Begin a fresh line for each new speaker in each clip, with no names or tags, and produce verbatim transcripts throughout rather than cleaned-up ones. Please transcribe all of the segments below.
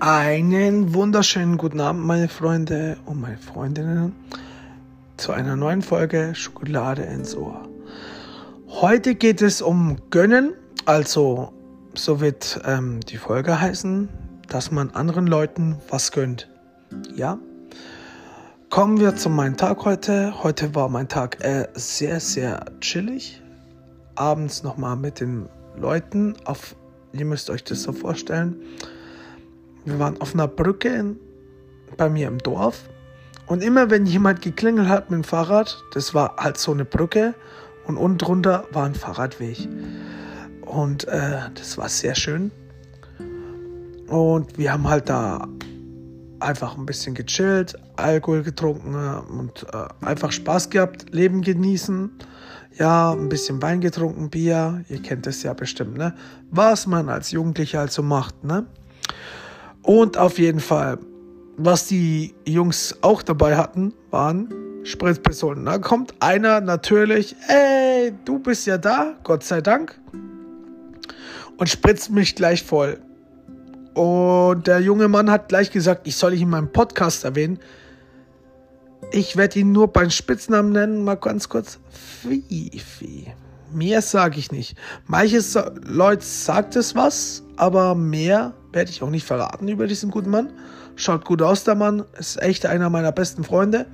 Einen wunderschönen guten Abend, meine Freunde und meine Freundinnen, zu einer neuen Folge Schokolade ins Ohr. Heute geht es um Gönnen, also so wird ähm, die Folge heißen, dass man anderen Leuten was gönnt. Ja? Kommen wir zu meinem Tag heute. Heute war mein Tag äh, sehr, sehr chillig. Abends nochmal mit den Leuten, auf, ihr müsst euch das so vorstellen. Wir waren auf einer Brücke in, bei mir im Dorf und immer wenn jemand geklingelt hat mit dem Fahrrad, das war halt so eine Brücke und unten drunter war ein Fahrradweg und äh, das war sehr schön und wir haben halt da einfach ein bisschen gechillt, Alkohol getrunken und äh, einfach Spaß gehabt, Leben genießen, ja, ein bisschen Wein getrunken, Bier, ihr kennt das ja bestimmt, ne, was man als Jugendlicher halt so macht, ne. Und auf jeden Fall, was die Jungs auch dabei hatten, waren Spritzpistolen. Da kommt einer natürlich, ey, du bist ja da, Gott sei Dank, und spritzt mich gleich voll. Und der junge Mann hat gleich gesagt, ich soll ihn in meinem Podcast erwähnen. Ich werde ihn nur beim Spitznamen nennen, mal ganz kurz. Fifi. Mehr sage ich nicht. Manches Leute sagt es was, aber mehr werde ich auch nicht verraten über diesen guten Mann. Schaut gut aus, der Mann. Ist echt einer meiner besten Freunde.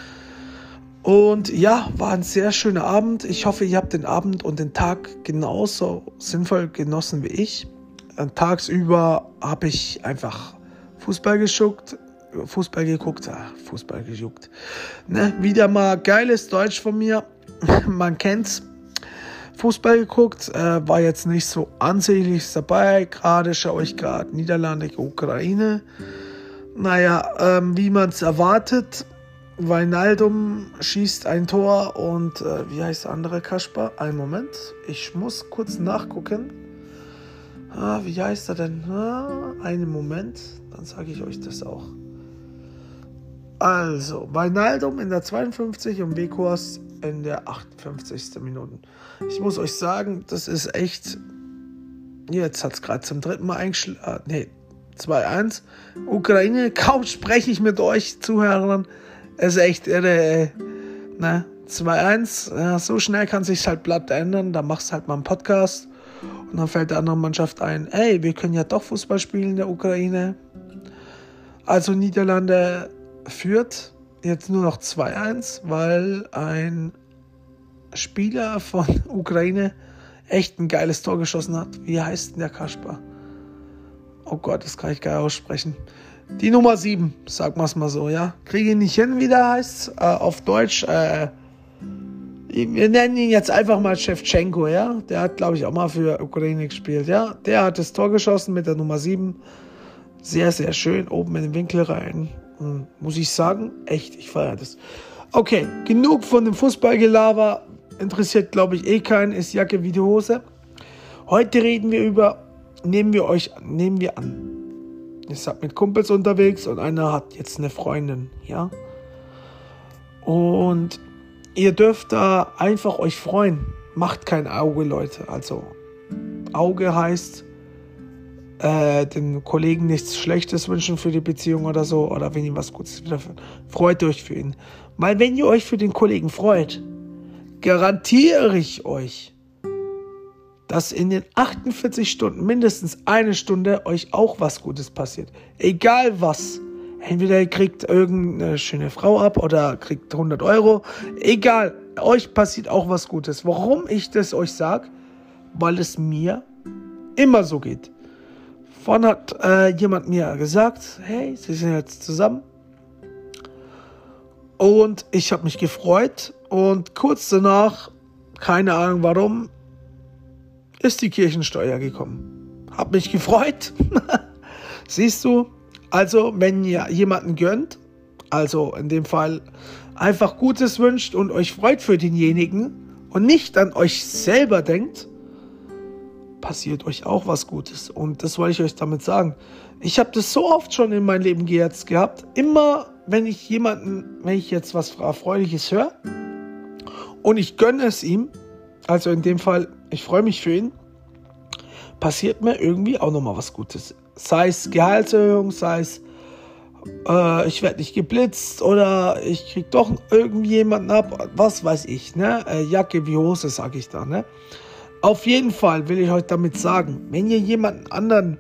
Und ja, war ein sehr schöner Abend. Ich hoffe, ihr habt den Abend und den Tag genauso sinnvoll genossen wie ich. Tagsüber habe ich einfach Fußball geschuckt. Fußball geguckt. Ach, Fußball gejuckt. Ne? Wieder mal geiles Deutsch von mir. Man kennt's. Fußball geguckt, äh, war jetzt nicht so ansehnlich dabei. Gerade schaue ich gerade Niederlande, Ukraine. Naja, ähm, wie man es erwartet, Wijnaldum schießt ein Tor und äh, wie heißt der andere Kasper? Einen Moment, ich muss kurz nachgucken. Ah, wie heißt er denn? Ah, einen Moment, dann sage ich euch das auch. Also, Wijnaldum in der zweiundfünfzigsten und Weghorst in der achtundfünfzigsten Minute. Ich muss euch sagen, das ist echt, jetzt hat es gerade zum dritten Mal eingeschlagen, nee, zwei eins. Ukraine, kaum spreche ich mit euch Zuhörern, es ist echt irre, ne, zwei eins, ja, so schnell kann sich halt platt ändern, da machst du halt mal einen Podcast und dann fällt der anderen Mannschaft ein, ey, wir können ja doch Fußball spielen in der Ukraine. Also Niederlande führt jetzt nur noch zwei eins, weil ein Spieler von Ukraine echt ein geiles Tor geschossen hat. Wie heißt denn der Kasper? Oh Gott, das kann ich gar nicht aussprechen. Die Nummer sieben, sagen wir es mal so, ja. Kriege ihn nicht hin, wie der heißt. Äh, auf Deutsch, äh, wir nennen ihn jetzt einfach mal Shevchenko, ja. Der hat, glaube ich, auch mal für Ukraine gespielt, ja. Der hat das Tor geschossen mit der Nummer sieben. Sehr, sehr schön, oben in den Winkel rein. Hm, muss ich sagen, echt, ich feiere das. Okay, genug von dem Fußballgelaber. Interessiert, glaube ich, eh keinen, ist Jacke wie die Hose. Heute reden wir über, nehmen wir euch, nehmen wir an. Ihr seid mit Kumpels unterwegs und einer hat jetzt eine Freundin, ja. Und ihr dürft da einfach euch freuen. Macht kein Auge, Leute. Also, Auge heißt, äh, den Kollegen nichts Schlechtes wünschen für die Beziehung oder so. Oder wenn ihr was Gutes wieder freut euch für ihn. Weil wenn ihr euch für den Kollegen freut, garantiere ich euch, dass in den achtundvierzig Stunden mindestens eine Stunde euch auch was Gutes passiert. Egal was. Entweder ihr kriegt irgendeine schöne Frau ab oder kriegt hundert Euro. Egal, euch passiert auch was Gutes. Warum ich das euch sage? Weil es mir immer so geht. Vorhin hat äh, jemand mir gesagt, hey, sie sind jetzt zusammen. Und ich habe mich gefreut. Und kurz danach, keine Ahnung warum, ist die Kirchensteuer gekommen. Hab mich gefreut. Siehst du? Also, wenn ihr jemanden gönnt, also in dem Fall einfach Gutes wünscht und euch freut für denjenigen und nicht an euch selber denkt, passiert euch auch was Gutes. Und das wollte ich euch damit sagen. Ich habe das so oft schon in meinem Leben jetzt gehabt. Immer, wenn ich jemanden, wenn ich jetzt was Erfreuliches höre und ich gönne es ihm, also in dem Fall, ich freue mich für ihn, passiert mir irgendwie auch nochmal was Gutes. Sei es Gehaltserhöhung, sei es äh, ich werde nicht geblitzt oder ich krieg doch irgendjemanden ab, was weiß ich, ne? Äh, Jacke wie Hose, sag ich da, ne? Auf jeden Fall will ich euch damit sagen, wenn ihr jemanden anderen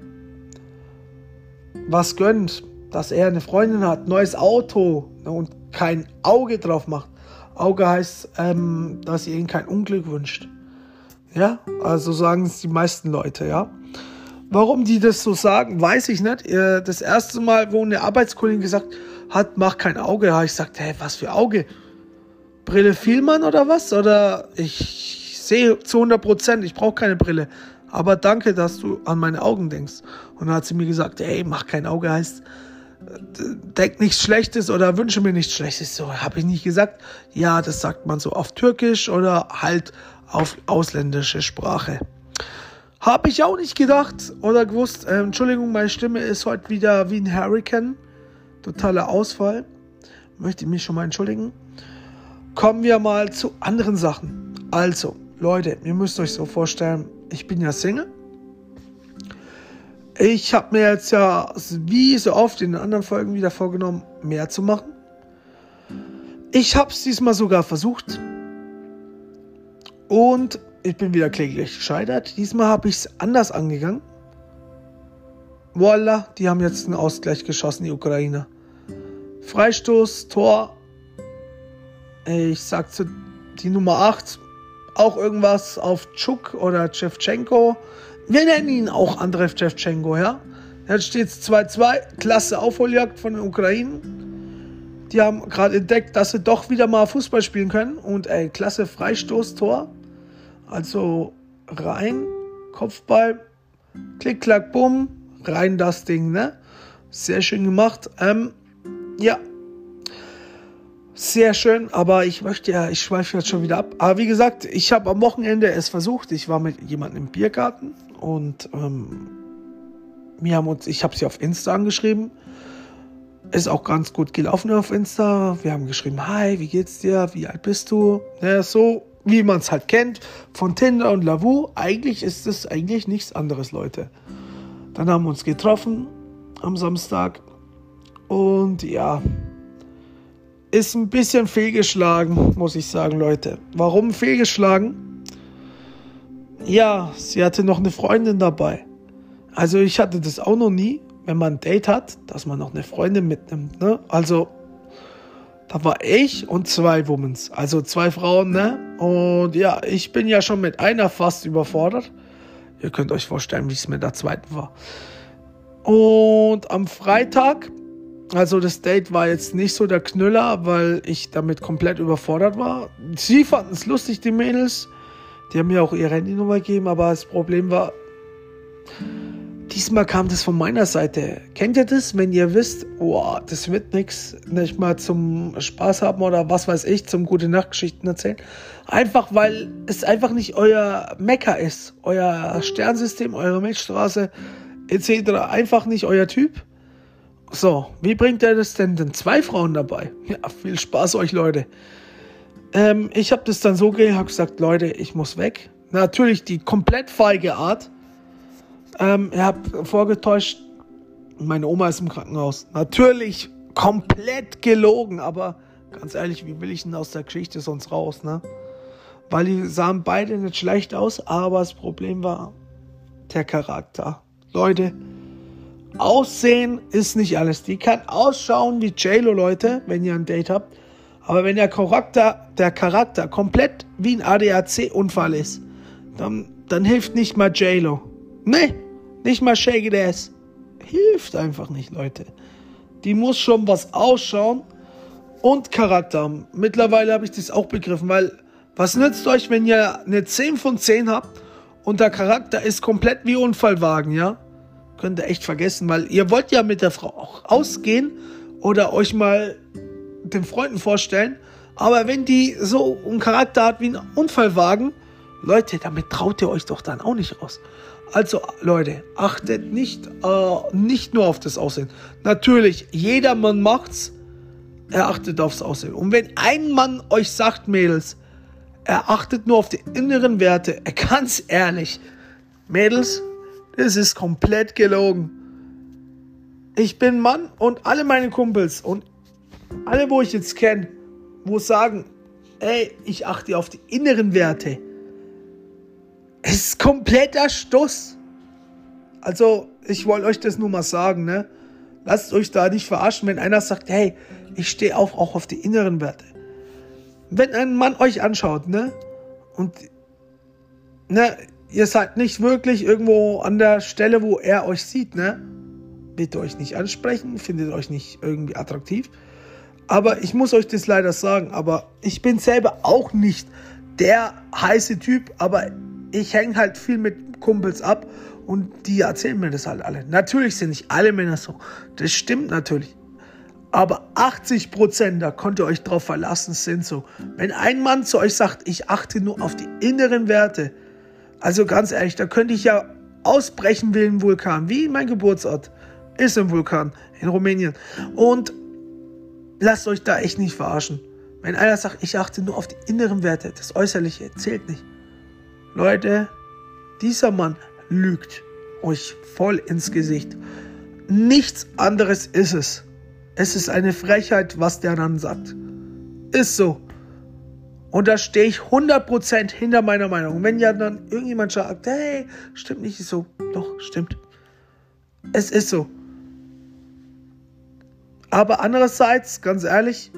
was gönnt, dass er eine Freundin hat, neues Auto, ne, und kein Auge drauf macht. Auge heißt, ähm, dass ihr ihnen kein Unglück wünscht. Ja, also sagen es die meisten Leute, ja. Warum die das so sagen, weiß ich nicht. Das erste Mal, wo eine Arbeitskollegin gesagt hat, mach kein Auge, habe ich gesagt, hey, was für Auge? Brille Vielmann oder was? Oder ich sehe zu hundert Prozent, ich brauche keine Brille. Aber danke, dass du an meine Augen denkst. Und dann hat sie mir gesagt, hey, mach kein Auge, heißt, denk nichts Schlechtes oder wünsche mir nichts Schlechtes. So, habe ich nicht gesagt. Ja, das sagt man so auf Türkisch oder halt auf ausländische Sprache. Habe ich auch nicht gedacht oder gewusst. Äh, Entschuldigung, meine Stimme ist heute wieder wie ein Hurricane. Totaler Ausfall. Möchte ich mich schon mal entschuldigen. Kommen wir mal zu anderen Sachen. Also, Leute, ihr müsst euch so vorstellen, ich bin ja Single. Ich habe mir jetzt ja, wie so oft in den anderen Folgen wieder vorgenommen, mehr zu machen. Ich habe es diesmal sogar versucht. Und ich bin wieder kläglich gescheitert. Diesmal habe ich es anders angegangen. Voila, die haben jetzt einen Ausgleich geschossen, die Ukrainer. Freistoß, Tor. Ich sag zu die Nummer acht. Auch irgendwas auf Tschuk oder Shevchenko. Wir nennen ihn auch Andrei Shevchenko, ja. Jetzt steht es zwei zwei. Klasse Aufholjagd von den Ukrainen. Die haben gerade entdeckt, dass sie doch wieder mal Fußball spielen können. Und ey, klasse Freistoß, Tor. Also rein, Kopfball, klick, klack, bumm, rein das Ding, ne? Sehr schön gemacht. Ähm, ja, sehr schön, aber ich möchte ja, ich schweife jetzt schon wieder ab. Aber wie gesagt, ich habe am Wochenende es versucht. Ich war mit jemandem im Biergarten und ähm, wir haben uns, ich habe sie auf Insta angeschrieben. Ist auch ganz gut gelaufen auf Insta. Wir haben geschrieben, hi, wie geht's dir? Wie alt bist du? Ja, so wie man es halt kennt, von Tinder und Lavu. Eigentlich ist es eigentlich nichts anderes, Leute. Dann haben wir uns getroffen am Samstag und ja, ist ein bisschen fehlgeschlagen, muss ich sagen, Leute. Warum fehlgeschlagen? Ja, sie hatte noch eine Freundin dabei. Also ich hatte das auch noch nie, wenn man ein Date hat, dass man noch eine Freundin mitnimmt, ne? Also da war ich und zwei Womens, also zwei Frauen, ne? Und ja, ich bin ja schon mit einer fast überfordert. Ihr könnt euch vorstellen, wie es mit der zweiten war. Und am Freitag, also das Date war jetzt nicht so der Knüller, weil ich damit komplett überfordert war. Sie fanden es lustig, die Mädels. Die haben mir auch ihre Handynummer gegeben, aber das Problem war, diesmal kam das von meiner Seite. Kennt ihr das, wenn ihr wisst, oh, das wird nichts, nicht mal zum Spaß haben oder was weiß ich, zum gute Nachtgeschichten erzählen. Einfach, weil es einfach nicht euer Mekka ist, euer Sternsystem, eure Milchstraße et cetera. Einfach nicht euer Typ. So, wie bringt er das denn? Denn zwei Frauen dabei. Ja, viel Spaß euch, Leute. Ähm, ich habe das dann so gemacht, habe gesagt, Leute, ich muss weg. Natürlich die komplett feige Art. Ähm, ich habe vorgetäuscht, meine Oma ist im Krankenhaus. Natürlich komplett gelogen, aber ganz ehrlich, wie will ich denn aus der Geschichte sonst raus, ne? Weil die sahen beide nicht schlecht aus, aber das Problem war der Charakter. Leute, Aussehen ist nicht alles. Die kann ausschauen wie J-Lo, Leute, wenn ihr ein Date habt. Aber wenn der Charakter, der Charakter komplett wie ein A D A C-Unfall ist, dann, dann hilft nicht mal J-Lo. Nee, nicht mal Shake It Ass. Hilft einfach nicht, Leute. Die muss schon was ausschauen und Charakter haben. Mittlerweile habe ich das auch begriffen, weil was nützt euch, wenn ihr eine zehn von zehn habt und der Charakter ist komplett wie Unfallwagen, ja? Könnt ihr echt vergessen, weil ihr wollt ja mit der Frau auch ausgehen oder euch mal den Freunden vorstellen, aber wenn die so einen Charakter hat wie ein Unfallwagen, Leute, damit traut ihr euch doch dann auch nicht raus. Also, Leute, achtet nicht, äh, nicht nur auf das Aussehen. Natürlich, jeder Mann macht's, er achtet aufs Aussehen. Und wenn ein Mann euch sagt, Mädels, er achtet nur auf die inneren Werte, ganz ehrlich, Mädels, das ist komplett gelogen. Ich bin Mann und alle meine Kumpels und alle, wo ich jetzt kenne, wo sagen, ey, ich achte auf die inneren Werte. Es ist kompletter Stuss. Also, ich wollte euch das nur mal sagen, ne? Lasst euch da nicht verarschen, wenn einer sagt, hey, ich stehe auch, auch auf die inneren Werte. Wenn ein Mann euch anschaut, ne? Und, ne, ihr seid nicht wirklich irgendwo an der Stelle, wo er euch sieht, ne? Bitte euch nicht ansprechen, findet euch nicht irgendwie attraktiv. Aber ich muss euch das leider sagen, aber ich bin selber auch nicht der heiße Typ, aber ich hänge halt viel mit Kumpels ab und die erzählen mir das halt alle. Natürlich sind nicht alle Männer so, das stimmt natürlich. Aber achtzig Prozent, da könnt ihr euch drauf verlassen, sind so. Wenn ein Mann zu euch sagt, ich achte nur auf die inneren Werte, also ganz ehrlich, da könnte ich ja ausbrechen wie ein Vulkan, wie mein Geburtsort ist ein Vulkan in Rumänien. Und lasst euch da echt nicht verarschen. Wenn einer sagt, ich achte nur auf die inneren Werte, das Äußerliche zählt nicht. Leute, dieser Mann lügt euch voll ins Gesicht. Nichts anderes ist es. Es ist eine Frechheit, was der dann sagt. Ist so. Und da stehe ich hundert Prozent hinter meiner Meinung. Wenn ja dann irgendjemand sagt, hey, stimmt nicht, ist so. Doch, stimmt. Es ist so. Aber andererseits, ganz ehrlich,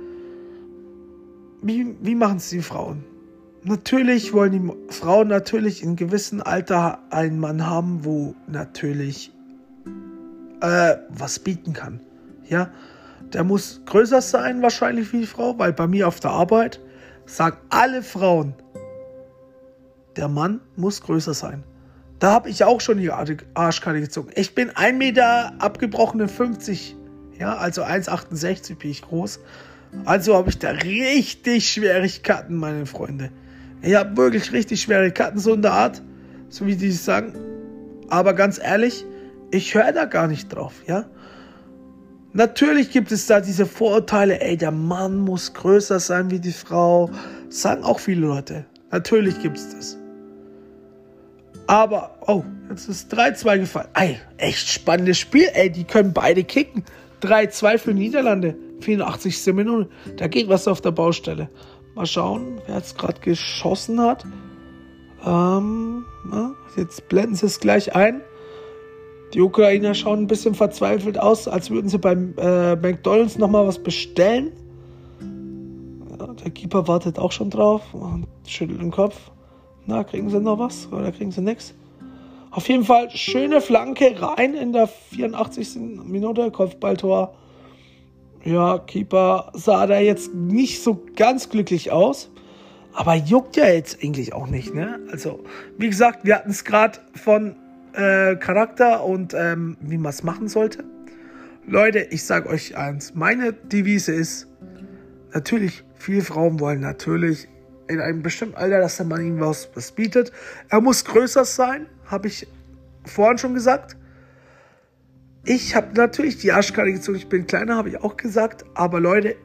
wie, wie machen es die Frauen? Natürlich wollen die Frauen natürlich in gewissem Alter einen Mann haben, wo natürlich äh, was bieten kann. Ja, der muss größer sein wahrscheinlich wie die Frau, weil bei mir auf der Arbeit sagen alle Frauen, der Mann muss größer sein. Da habe ich auch schon die Arschkarte gezogen. Ich bin ein Meter abgebrochene fünfzig, ja, also eins Komma achtundsechzig bin ich groß. Also habe ich da richtig Schwierigkeiten, meine Freunde. Ich habe wirklich richtig Schwierigkeiten, so in der Art, so wie die sagen. Aber ganz ehrlich, ich höre da gar nicht drauf, ja. Natürlich gibt es da diese Vorurteile, ey, der Mann muss größer sein wie die Frau. Sagen auch viele Leute. Natürlich gibt es das. Aber, oh, jetzt ist drei zwei gefallen. Ey, echt spannendes Spiel, ey, die können beide kicken. drei zwei für Niederlande, vierundachtzigste Minute. Da geht was auf der Baustelle. Mal schauen, wer jetzt gerade geschossen hat. Ähm, na, jetzt blenden sie es gleich ein. Die Ukrainer schauen ein bisschen verzweifelt aus, als würden sie beim äh, McDonald's nochmal was bestellen. Ja, der Keeper wartet auch schon drauf und schüttelt den Kopf. Na, kriegen sie noch was oder kriegen sie nichts? Auf jeden Fall schöne Flanke rein in der vierundachtzigsten Minute, Kopfballtor. Ja, Keeper sah da jetzt nicht so ganz glücklich aus. Aber juckt ja jetzt eigentlich auch nicht, ne? Also, wie gesagt, wir hatten es gerade von äh, Charakter und ähm, wie man es machen sollte. Leute, ich sage euch eins. Meine Devise ist, natürlich, viele Frauen wollen natürlich in einem bestimmten Alter, dass der Mann ihnen was, was bietet. Er muss größer sein, habe ich vorhin schon gesagt. Ich habe natürlich die Arschkarte gezogen, ich bin kleiner, habe ich auch gesagt. Aber Leute,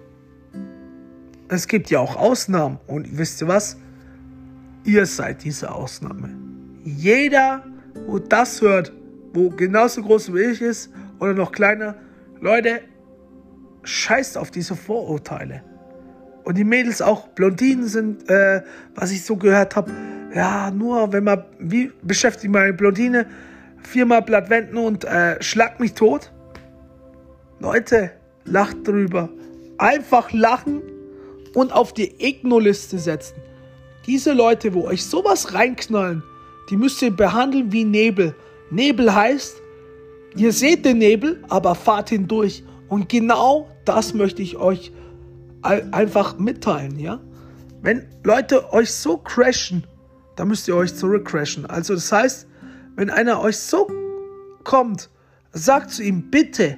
es gibt ja auch Ausnahmen. Und wisst ihr was? Ihr seid diese Ausnahme. Jeder, wo das hört, wo genauso groß wie ich ist oder noch kleiner, Leute, scheißt auf diese Vorurteile. Und die Mädels auch, Blondinen sind, äh, was ich so gehört habe, ja, nur wenn man, wie beschäftigt man eine Blondine, viermal Blatt wenden und äh, schlag mich tot. Leute, lacht drüber. Einfach lachen und auf die Igno-Liste setzen. Diese Leute, wo euch sowas reinknallen, die müsst ihr behandeln wie Nebel. Nebel heißt, ihr seht den Nebel, aber fahrt hindurch. Und genau das möchte ich euch einfach mitteilen, ja. Wenn Leute euch so crashen, dann müsst ihr euch zurückcrashen. Also das heißt, wenn einer euch so kommt, sagt zu ihm, bitte,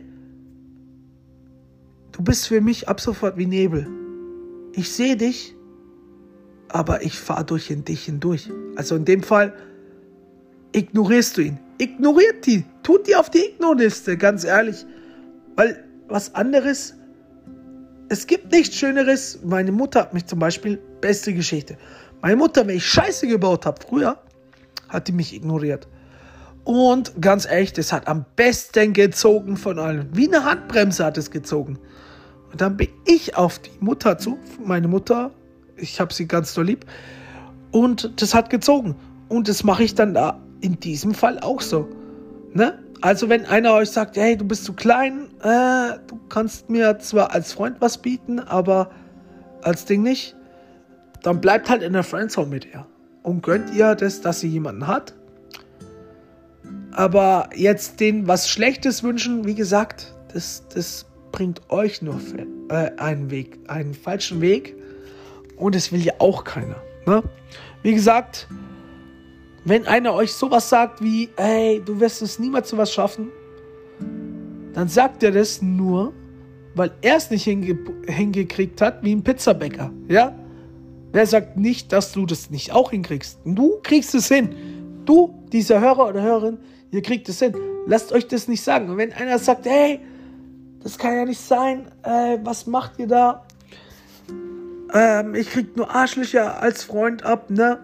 du bist für mich ab sofort wie Nebel. Ich sehe dich, aber ich fahre durch in dich hindurch. Also in dem Fall ignorierst du ihn. Ignoriert die. Tut die auf die Igno-Liste, ganz ehrlich. Weil was anderes, es gibt nichts Schöneres. Meine Mutter hat mich zum Beispiel, beste Geschichte. Meine Mutter, wenn ich Scheiße gebaut habe früher, hat die mich ignoriert. Und ganz ehrlich, das hat am besten gezogen von allen. Wie eine Handbremse hat es gezogen. Und dann bin ich auf die Mutter zu, meine Mutter, ich habe sie ganz doll lieb. Und das hat gezogen. Und das mache ich dann da in diesem Fall auch so. Ne? Also wenn einer euch sagt, hey, du bist zu klein, äh, du kannst mir zwar als Freund was bieten, aber als Ding nicht, dann bleibt halt in der Friendzone mit ihr. Und gönnt ihr das, dass sie jemanden hat. Aber jetzt denen was Schlechtes wünschen, wie gesagt, das, das bringt euch nur äh, einen Weg, einen falschen Weg. Und das will ja auch keiner. Ne? Wie gesagt, wenn einer euch sowas sagt wie, hey, du wirst es niemals zu was schaffen, dann sagt er das nur, weil er es nicht hinge- hingekriegt hat, wie ein Pizzabäcker. Ja? Wer sagt nicht, dass du das nicht auch hinkriegst? Du kriegst es hin. Du, dieser Hörer oder Hörerin, ihr kriegt es hin. Lasst euch das nicht sagen. Und wenn einer sagt, hey, das kann ja nicht sein, äh, was macht ihr da? Ähm, ich krieg nur Arschlöcher als Freund ab, ne?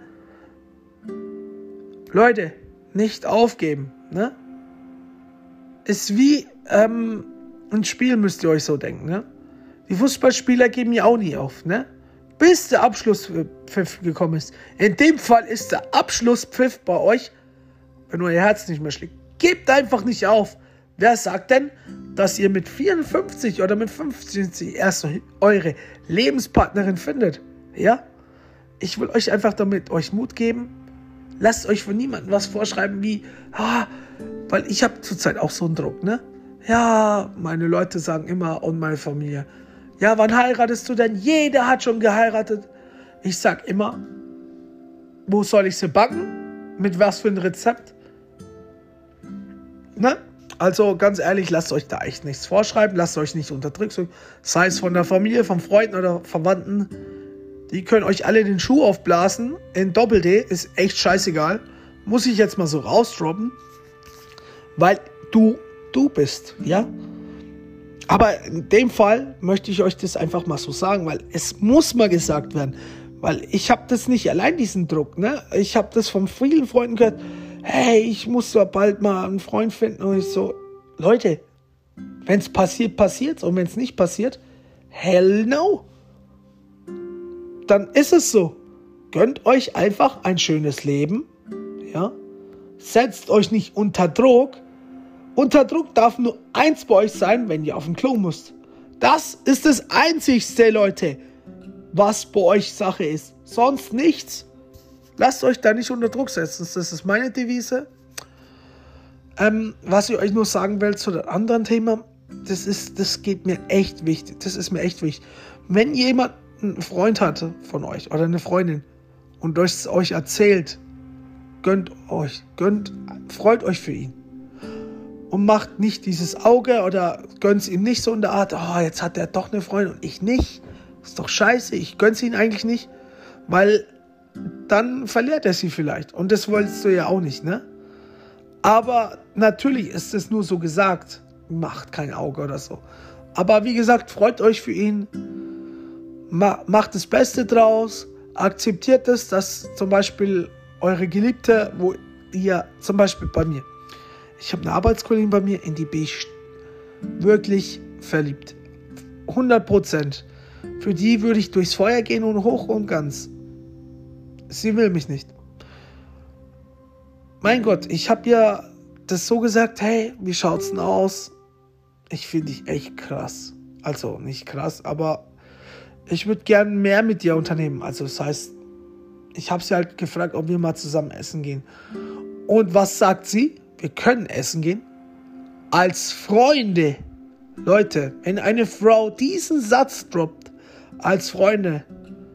Leute, nicht aufgeben, ne? Ist wie ähm, ein Spiel, müsst ihr euch so denken, ne? Die Fußballspieler geben ja auch nie auf, ne? Bis der Abschlusspfiff gekommen ist. In dem Fall ist der Abschlusspfiff bei euch, wenn euer Herz nicht mehr schlägt. Gebt einfach nicht auf. Wer sagt denn, dass ihr mit vierundfünfzig oder mit fünfzig erst eure Lebenspartnerin findet? Ja? Ich will euch einfach damit euch Mut geben. Lasst euch von niemandem was vorschreiben wie, ah, weil ich habe zurzeit auch so einen Druck, ne? Ja, meine Leute sagen immer und meine Familie, ja, wann heiratest du denn? Jeder hat schon geheiratet. Ich sag immer, wo soll ich sie backen? Mit was für ein Rezept? Ne? Also ganz ehrlich, lasst euch da echt nichts vorschreiben, lasst euch nicht unterdrücken, sei es von der Familie, von Freunden oder Verwandten. Die können euch alle den Schuh aufblasen. In Doppel-D ist echt scheißegal. Muss ich jetzt mal so rausdroppen. Weil du, du bist, ja? Aber in dem Fall möchte ich euch das einfach mal so sagen, weil es muss mal gesagt werden. Weil ich habe das nicht allein, diesen Druck, ne? Ich habe das von vielen Freunden gehört. Hey, ich muss ja bald mal einen Freund finden. Und ich so, Leute, wenn es passiert, passiert's. Und wenn es nicht passiert, hell no. Dann ist es so. Gönnt euch einfach ein schönes Leben. Ja? Setzt euch nicht unter Druck. Unter Druck darf nur eins bei euch sein, wenn ihr auf den Klo müsst. Das ist das Einzigste, Leute, was bei euch Sache ist. Sonst nichts. Lasst euch da nicht unter Druck setzen. Das ist meine Devise. Ähm, was ich euch nur sagen will zu dem anderen Thema, das ist, das geht mir echt wichtig. Das ist mir echt wichtig. Wenn jemand einen Freund hatte von euch oder eine Freundin und euch euch erzählt, gönnt euch, gönnt, freut euch für ihn. Und macht nicht dieses Auge oder gönnt es ihm nicht so in der Art, oh, jetzt hat er doch eine Freundin und ich nicht. Ist doch scheiße, ich gönn's ihn eigentlich nicht, weil dann verliert er sie vielleicht. Und das wolltest du ja auch nicht, ne? Aber natürlich ist es nur so gesagt, macht kein Auge oder so. Aber wie gesagt, freut euch für ihn, ma- macht das Beste draus, akzeptiert es, dass zum Beispiel eure Geliebte, wo ihr, zum Beispiel bei mir, ich habe eine Arbeitskollegin bei mir, in die bin ich wirklich verliebt. hundert Prozent. Für die würde ich durchs Feuer gehen und hoch und ganz. Sie will mich nicht. Mein Gott, ich habe ja das so gesagt, hey, wie schaut's denn aus? Ich finde dich echt krass. Also nicht krass, aber ich würde gern mehr mit dir unternehmen. Also das heißt, ich habe sie halt gefragt, ob wir mal zusammen essen gehen. Und was sagt sie? Wir können essen gehen. Als Freunde. Leute, wenn eine Frau diesen Satz droppt, als Freunde,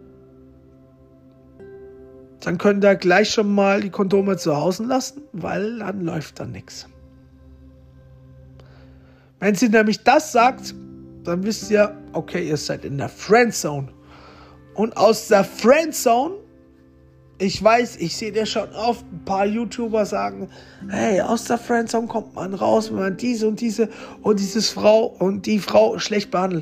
dann könnt ihr gleich schon mal die Kondome zu Hause lassen, weil dann läuft da nichts. Wenn sie nämlich das sagt, dann wisst ihr, okay, ihr seid in der Friendzone. Und aus der Friendzone, ich weiß, ich sehe dir schon oft ein paar YouTuber sagen, hey, aus der Friendzone kommt man raus, wenn man diese und diese und dieses Frau und die Frau schlecht behandelt.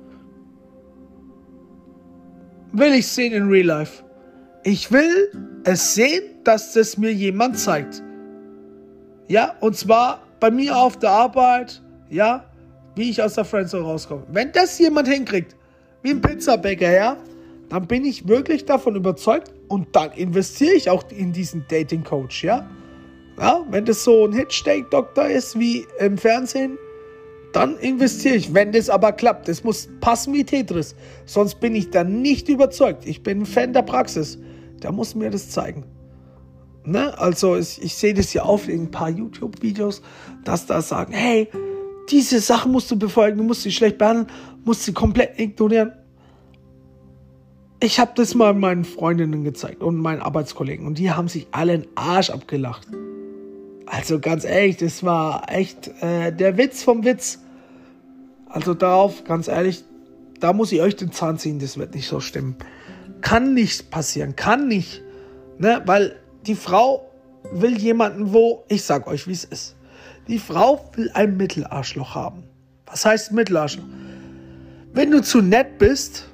Will ich sehen in Real Life. Ich will es sehen, dass das mir jemand zeigt. Ja, und zwar bei mir auf der Arbeit, ja, wie ich aus der Friendzone rauskomme. Wenn das jemand hinkriegt, wie ein Pizzabäcker, ja, dann bin ich wirklich davon überzeugt und dann investiere ich auch in diesen Dating-Coach, ja. Ja, wenn das so ein Hitsteak-Doktor ist wie im Fernsehen, dann investiere ich. Wenn das aber klappt, das muss passen wie Tetris, sonst bin ich dann nicht überzeugt. Ich bin ein Fan der Praxis. Der muss mir das zeigen. Ne? Also ich, ich sehe das ja oft in ein paar YouTube-Videos, dass da sagen, hey, diese Sachen musst du befolgen, du musst sie schlecht behandeln, musst sie komplett ignorieren. Ich habe das mal meinen Freundinnen gezeigt und meinen Arbeitskollegen und die haben sich alle den Arsch abgelacht. Also ganz ehrlich, das war echt äh, der Witz vom Witz. Also darauf, ganz ehrlich, da muss ich euch den Zahn ziehen, das wird nicht so stimmen. Kann nicht passieren, kann nicht. Ne? Weil die Frau will jemanden, wo, ich sag euch, wie es ist. Die Frau will ein Mittelarschloch haben. Was heißt Mittelarschloch? Wenn du zu nett bist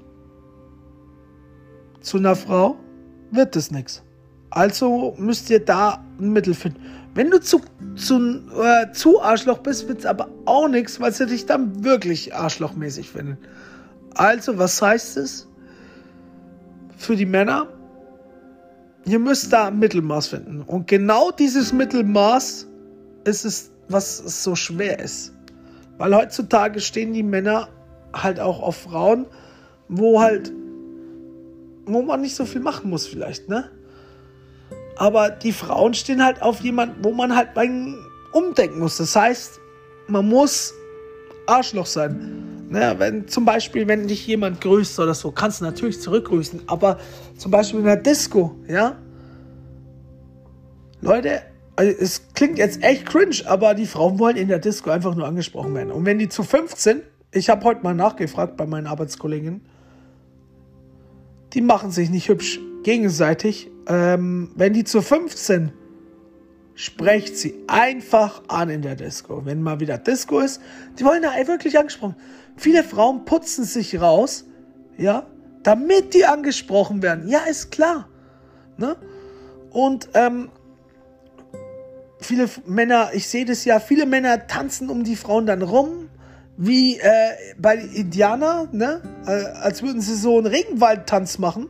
zu einer Frau, wird das nichts. Also müsst ihr da ein Mittel finden. Wenn du zu, zu, äh, zu Arschloch bist, wird es aber auch nichts, weil sie dich dann wirklich arschlochmäßig finden. Also, was heißt es für die Männer? Ihr müsst da ein Mittelmaß finden. Und genau dieses Mittelmaß ist es, was so schwer ist. Weil heutzutage stehen die Männer halt auch auf Frauen, wo halt, wo man nicht so viel machen muss vielleicht, ne? Aber die Frauen stehen halt auf jemanden, wo man halt beim umdenken muss. Das heißt, man muss Arschloch sein. Ne? Wenn, zum Beispiel, wenn dich jemand grüßt oder so, kannst du natürlich zurückgrüßen. Aber zum Beispiel in der Disco, ja? Leute, also es klingt jetzt echt cringe, aber die Frauen wollen in der Disco einfach nur angesprochen werden. Und wenn die zu fünfzehn, ich habe heute mal nachgefragt bei meinen Arbeitskollegen, die machen sich nicht hübsch gegenseitig. Ähm, wenn die zu fünfzehn, sprecht sie einfach an in der Disco. Wenn mal wieder Disco ist, die wollen da wirklich angesprochen. Viele Frauen putzen sich raus, ja, damit die angesprochen werden. Ja, ist klar. Ne? Und ähm, viele Männer, ich sehe das ja, viele Männer tanzen um die Frauen dann rum, wie äh, bei Indianer, ne? Äh, als würden sie so einen Regenwaldtanz machen,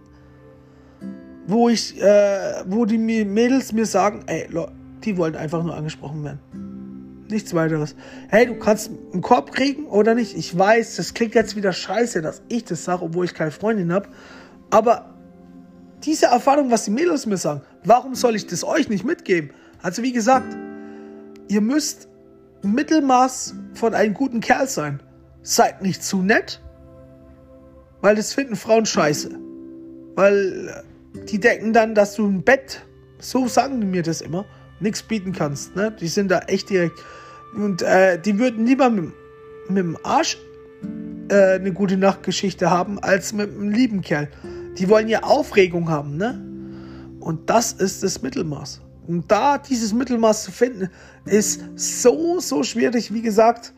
wo ich, äh, wo die Mädels mir sagen, ey, die wollen einfach nur angesprochen werden. Nichts weiteres. Hey, du kannst einen Korb kriegen oder nicht? Ich weiß, das klingt jetzt wieder scheiße, dass ich das sage, obwohl ich keine Freundin habe. Aber diese Erfahrung, was die Mädels mir sagen, warum soll ich das euch nicht mitgeben? Also wie gesagt, ihr müsst Mittelmaß von einem guten Kerl sein. Seid nicht zu nett, weil das finden Frauen scheiße. Weil die denken dann, dass du ein Bett, so sagen die mir das immer, nichts bieten kannst. Ne? Die sind da echt direkt. Und äh, die würden lieber mit, mit dem Arsch äh, eine gute Nachtgeschichte haben, als mit einem lieben Kerl. Die wollen ja Aufregung haben. Ne? Und das ist das Mittelmaß. Und da dieses Mittelmaß zu finden, ist so, so schwierig. Wie gesagt,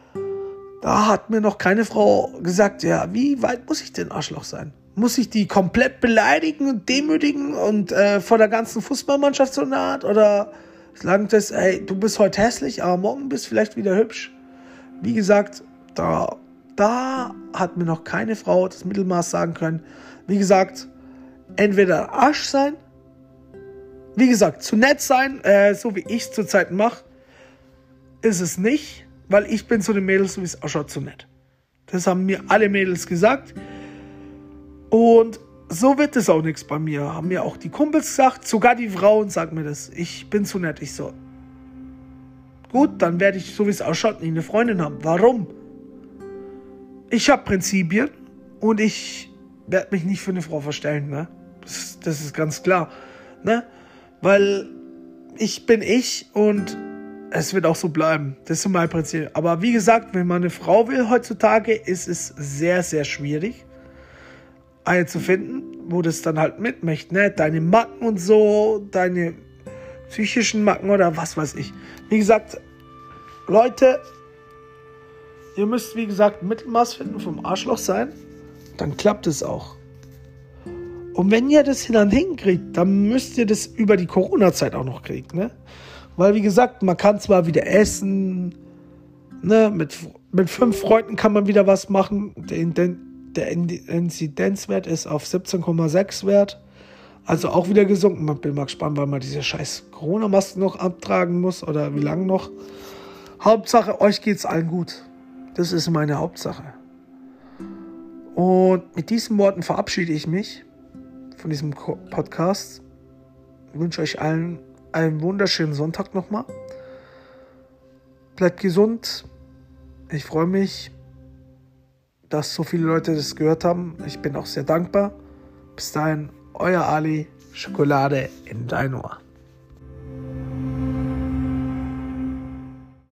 da hat mir noch keine Frau gesagt, ja, wie weit muss ich denn Arschloch sein? Muss ich die komplett beleidigen und demütigen und äh, vor der ganzen Fußballmannschaft so eine Art? Oder sagen das, ey, du bist heute hässlich, aber morgen bist du vielleicht wieder hübsch? Wie gesagt, da, da hat mir noch keine Frau das Mittelmaß sagen können. Wie gesagt, entweder Arsch sein, wie gesagt, zu nett sein, äh, so wie ich es zurzeit mache, ist es nicht, weil ich bin zu den Mädels, so wie es ausschaut, zu nett. Das haben mir alle Mädels gesagt. Und so wird es auch nichts bei mir. Haben mir auch die Kumpels gesagt, sogar die Frauen sagen mir das. Ich bin zu nett. Ich so, gut, dann werde ich, so wie es ausschaut, nicht eine Freundin haben. Warum? Ich habe Prinzipien und ich werde mich nicht für eine Frau verstellen. Ne? Das, das ist ganz klar. Ne? Weil ich bin ich und es wird auch so bleiben. Das ist mein Prinzip. Aber wie gesagt, wenn man eine Frau will heutzutage, ist es sehr, sehr schwierig, eine zu finden, wo das dann halt mitmacht, ne? Deine Macken und so, deine psychischen Macken oder was weiß ich. Wie gesagt, Leute, ihr müsst, wie gesagt, Mittelmaß finden, vom Arschloch sein, dann klappt es auch. Und wenn ihr das dann hinkriegt, dann müsst ihr das über die Corona-Zeit auch noch kriegen, ne? Weil, wie gesagt, man kann zwar wieder essen, ne, mit, mit fünf Freunden kann man wieder was machen. Der, der Inzidenzwert ist auf siebzehn Komma sechs Wert. Also auch wieder gesunken. Ich bin mal gespannt, weil man diese scheiß Corona-Masken noch abtragen muss oder wie lange noch. Hauptsache, euch geht's allen gut. Das ist meine Hauptsache. Und mit diesen Worten verabschiede ich mich von diesem Podcast. Ich wünsche euch allen einen wunderschönen Sonntag nochmal. Bleibt gesund. Ich freue mich, dass so viele Leute das gehört haben. Ich bin auch sehr dankbar. Bis dahin, euer Ali, Schokolade in dein Ohr.